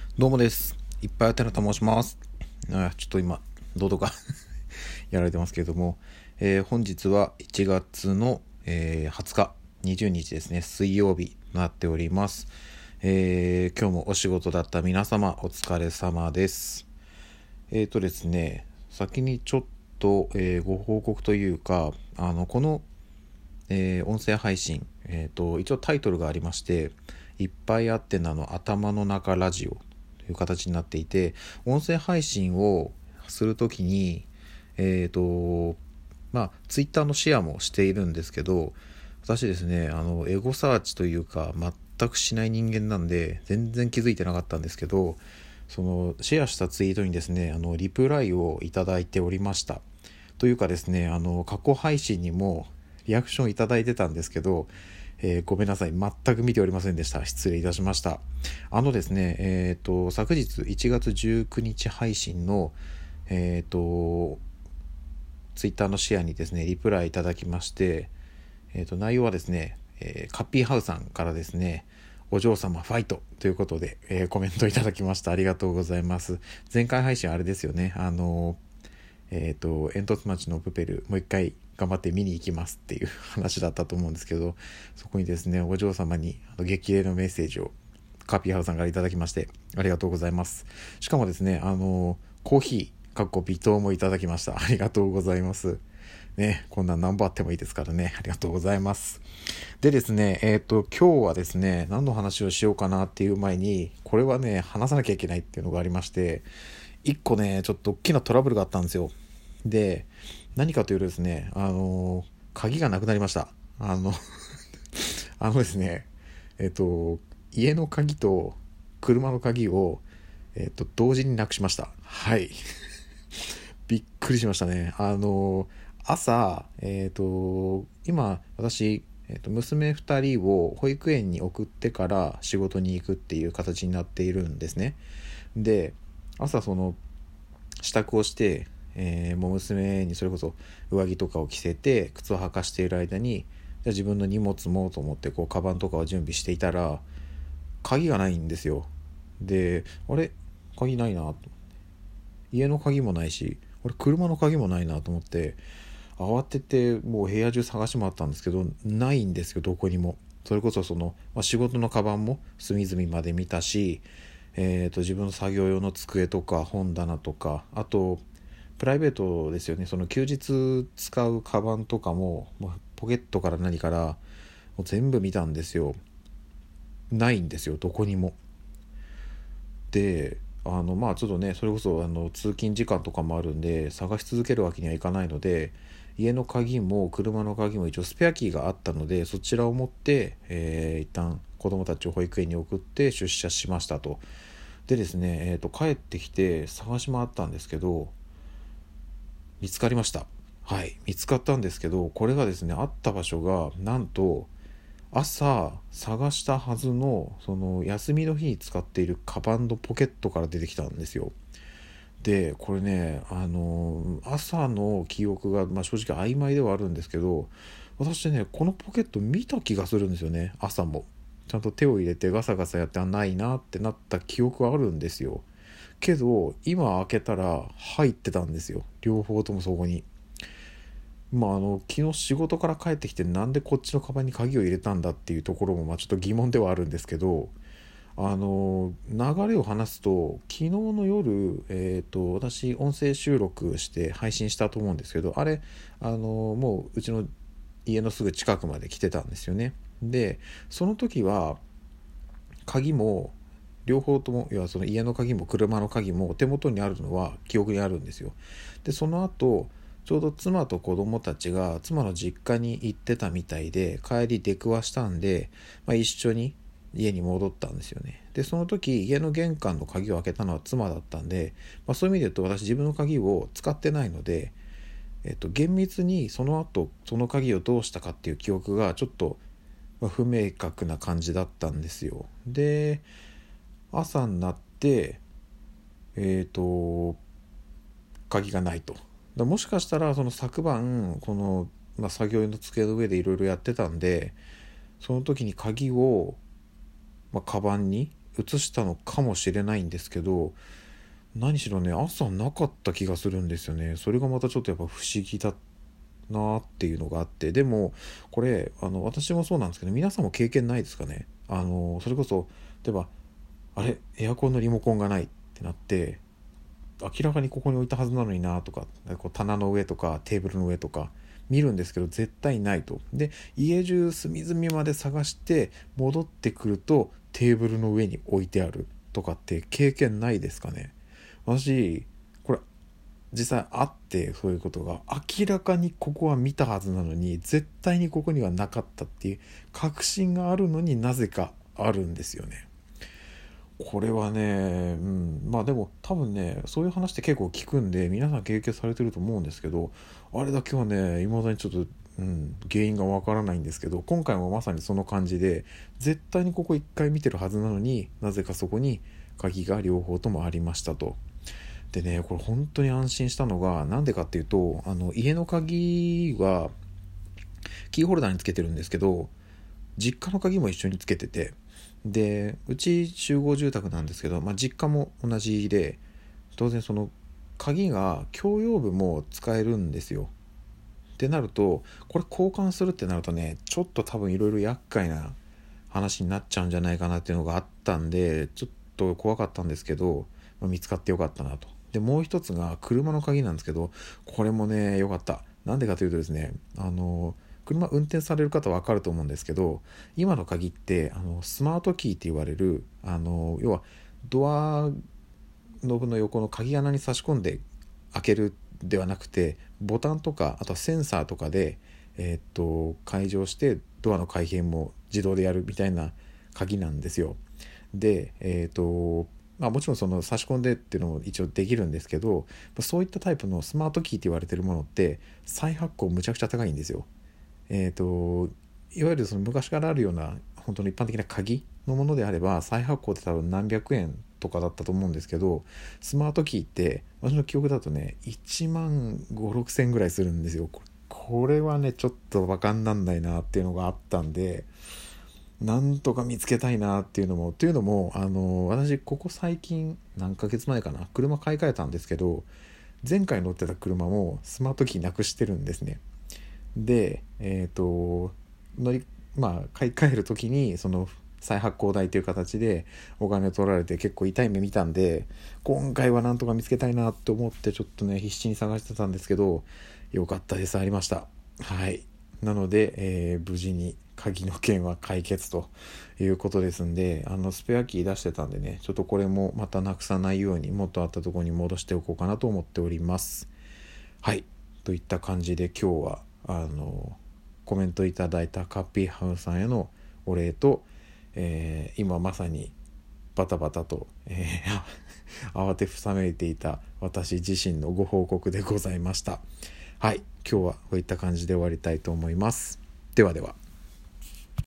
どうもです。いっぱいあてなと申します。ちょっと今、どうかやられてますけれども、本日は1月の、20日、20日ですね、水曜日となっております。今日もお仕事だった皆様、お疲れ様です。ですね、先にちょっと、ご報告というか、この、音声配信、一応タイトルがありまして、いっぱいあってなの頭の中ラジオという形になっていて、音声配信をするときに、ツイッターのシェアもしているんですけど、私ですね、エゴサーチというか、全くしない人間なんで、全然気づいてなかったんですけど、そのシェアしたツイートにですね、リプライをいただいておりました。というかですね、過去配信にもリアクションいただいてたんですけど、ごめんなさい。全く見ておりませんでした。失礼いたしました。ですね、昨日1月19日配信の、ツイッターのシェアにですね、リプライいただきまして、内容はですね、カッピーハウさんからですね、お嬢様ファイトということで、コメントいただきました。ありがとうございます。前回配信あれですよね。煙突町のプペルもう一回頑張って見に行きますっていう話だったと思うんですけど、そこにですね、お嬢様に激励のメッセージをカーピーハウさんからいただきましてありがとうございます。しかもですね、コーヒー微糖もいただきました。ありがとうございますね。こんなん何本あってもいいですからね。ありがとうございます。でですね、今日はですね、何の話をしようかなっていう前に、これはね、話さなきゃいけないっていうのがありまして、一個ね、ちょっと大きなトラブルがあったんですよ。で、何かというとですね、鍵がなくなりました。あのですね、家の鍵と車の鍵を、同時になくしました。はい。びっくりしましたね。朝、今、私、娘2人を保育園に送ってから仕事に行くっていう形になっているんですね。で、朝支度をして、もう娘にそれこそ上着とかを着せて靴を履かしている間に、じゃあ自分の荷物もと思ってカバンとかを準備していたら鍵がないんですよ。で、あれ鍵ないなと、家の鍵もないし、車の鍵もないなと思って慌ててもう部屋中探し回ったんですけど、ないんですよ、どこにも。それこそ仕事のカバンも隅々まで見たし、自分の作業用の机とか本棚とか、あとプライベートですよね、その休日使うカバンとかも、ポケットから何からもう全部見たんですよ。ないんですよ、どこにも。で、ちょっとね、それこそ通勤時間とかもあるんで探し続けるわけにはいかないので、家の鍵も車の鍵も一応スペアキーがあったので、そちらを持って、一旦子供たちを保育園に送って出社しましたと。でですね、帰ってきて探し回ったんですけど、見つかりました。はい、見つかったんですけど、これがですね、あった場所がなんと朝探したはずのその休みの日に使っているカバンのポケットから出てきたんですよ。でこれね、朝の記憶が、正直曖昧ではあるんですけど、私ね、このポケット見た気がするんですよね。朝もちゃんと手を入れてガサガサやってないなってなった記憶はあるんですよ。けど今開けたら入ってたんですよ、両方ともそこに。昨日仕事から帰ってきて、なんでこっちのカバンに鍵を入れたんだっていうところもちょっと疑問ではあるんですけど、流れを話すと、昨日の夜、私音声収録して配信したと思うんですけど、あれもううちの家のすぐ近くまで来てたんですよね。でその時は鍵も両方とも、要はその家の鍵も車の鍵も手元にあるのは記憶にあるんですよ。でその後ちょうど妻と子供たちが妻の実家に行ってたみたいで、帰り出くわしたんで、一緒に家に戻ったんですよね。でその時家の玄関の鍵を開けたのは妻だったんで、そういう意味で言うと私自分の鍵を使ってないので、厳密にその後その鍵をどうしたかっていう記憶がちょっと不明確な感じだったんですよ。で朝になって鍵がないと。もしかしたらその昨晩作業員の机の上でいろいろやってたんで、その時に鍵を、カバンに移したのかもしれないんですけど、何しろね朝なかった気がするんですよね。それがまたちょっとやっぱ不思議だなっていうのがあって、でもこれ私もそうなんですけど、皆さんも経験ないですかね。それこそ例えばあれエアコンのリモコンがないってなって、明らかにここに置いたはずなのになとか、こう棚の上とかテーブルの上とか見るんですけど絶対ないと。で家中隅々まで探して戻ってくるとテーブルの上に置いてあるとかって経験ないですかね。私これ実際あって、そういうことが明らかにここは見たはずなのに絶対にここにはなかったっていう確信があるのになぜかあるんですよね。これはね、まあでも多分ねそういう話って結構聞くんで皆さん経験されてると思うんですけど、あれだけはね未だにちょっと、原因がわからないんですけど、今回もまさにその感じで絶対にここ一回見てるはずなのになぜかそこに鍵が両方ともありましたと。でねこれ本当に安心したのがなんでかっていうと、家の鍵はキーホルダーにつけてるんですけど、実家の鍵も一緒につけてて、でうち集合住宅なんですけど、実家も同じで、当然その鍵が共用部も使えるんですよ。ってなるとこれ交換するってなるとねちょっと多分いろいろ厄介な話になっちゃうんじゃないかなっていうのがあったんで、ちょっと怖かったんですけど、見つかってよかったなと。でもう一つが車の鍵なんですけど、これもね良かった。なんでかというとですね、車運転される方は分かると思うんですけど、今の鍵ってスマートキーって言われる要はドアノブの横の鍵穴に差し込んで開けるではなくて、ボタンとかあとはセンサーとかで解錠してドアの開閉も自動でやるみたいな鍵なんですよ。でもちろんその差し込んでっていうのも一応できるんですけど、そういったタイプのスマートキーって言われてるものって再発行むちゃくちゃ高いんですよ。いわゆるその昔からあるような本当の一般的な鍵のものであれば再発行って多分何百円とかだったと思うんですけど、スマートキーって私の記憶だとね1万5、6千ぐらいするんですよ。これはねちょっとバカになんないなっていうのがあったんで、なんとか見つけたいなっていうのも、私ここ最近何ヶ月前かな車買い替えたんですけど、前回乗ってた車もスマートキーなくしてるんですね。で買い替える時にその再発行代という形でお金を取られて結構痛い目見たんで、今回はなんとか見つけたいなと思ってちょっとね必死に探してたんですけど、よかったです、ありました。はい。なので、無事に鍵の件は解決ということですんで、スペアキー出してたんでね、ちょっとこれもまたなくさないように元あったところに戻しておこうかなと思っております。はい。といった感じで今日はコメントいただいたカッピーハウスさんへのお礼と、今まさにバタバタと、慌てふさめいていた私自身のご報告でございました。はい、今日はこういった感じで終わりたいと思います。ではでは。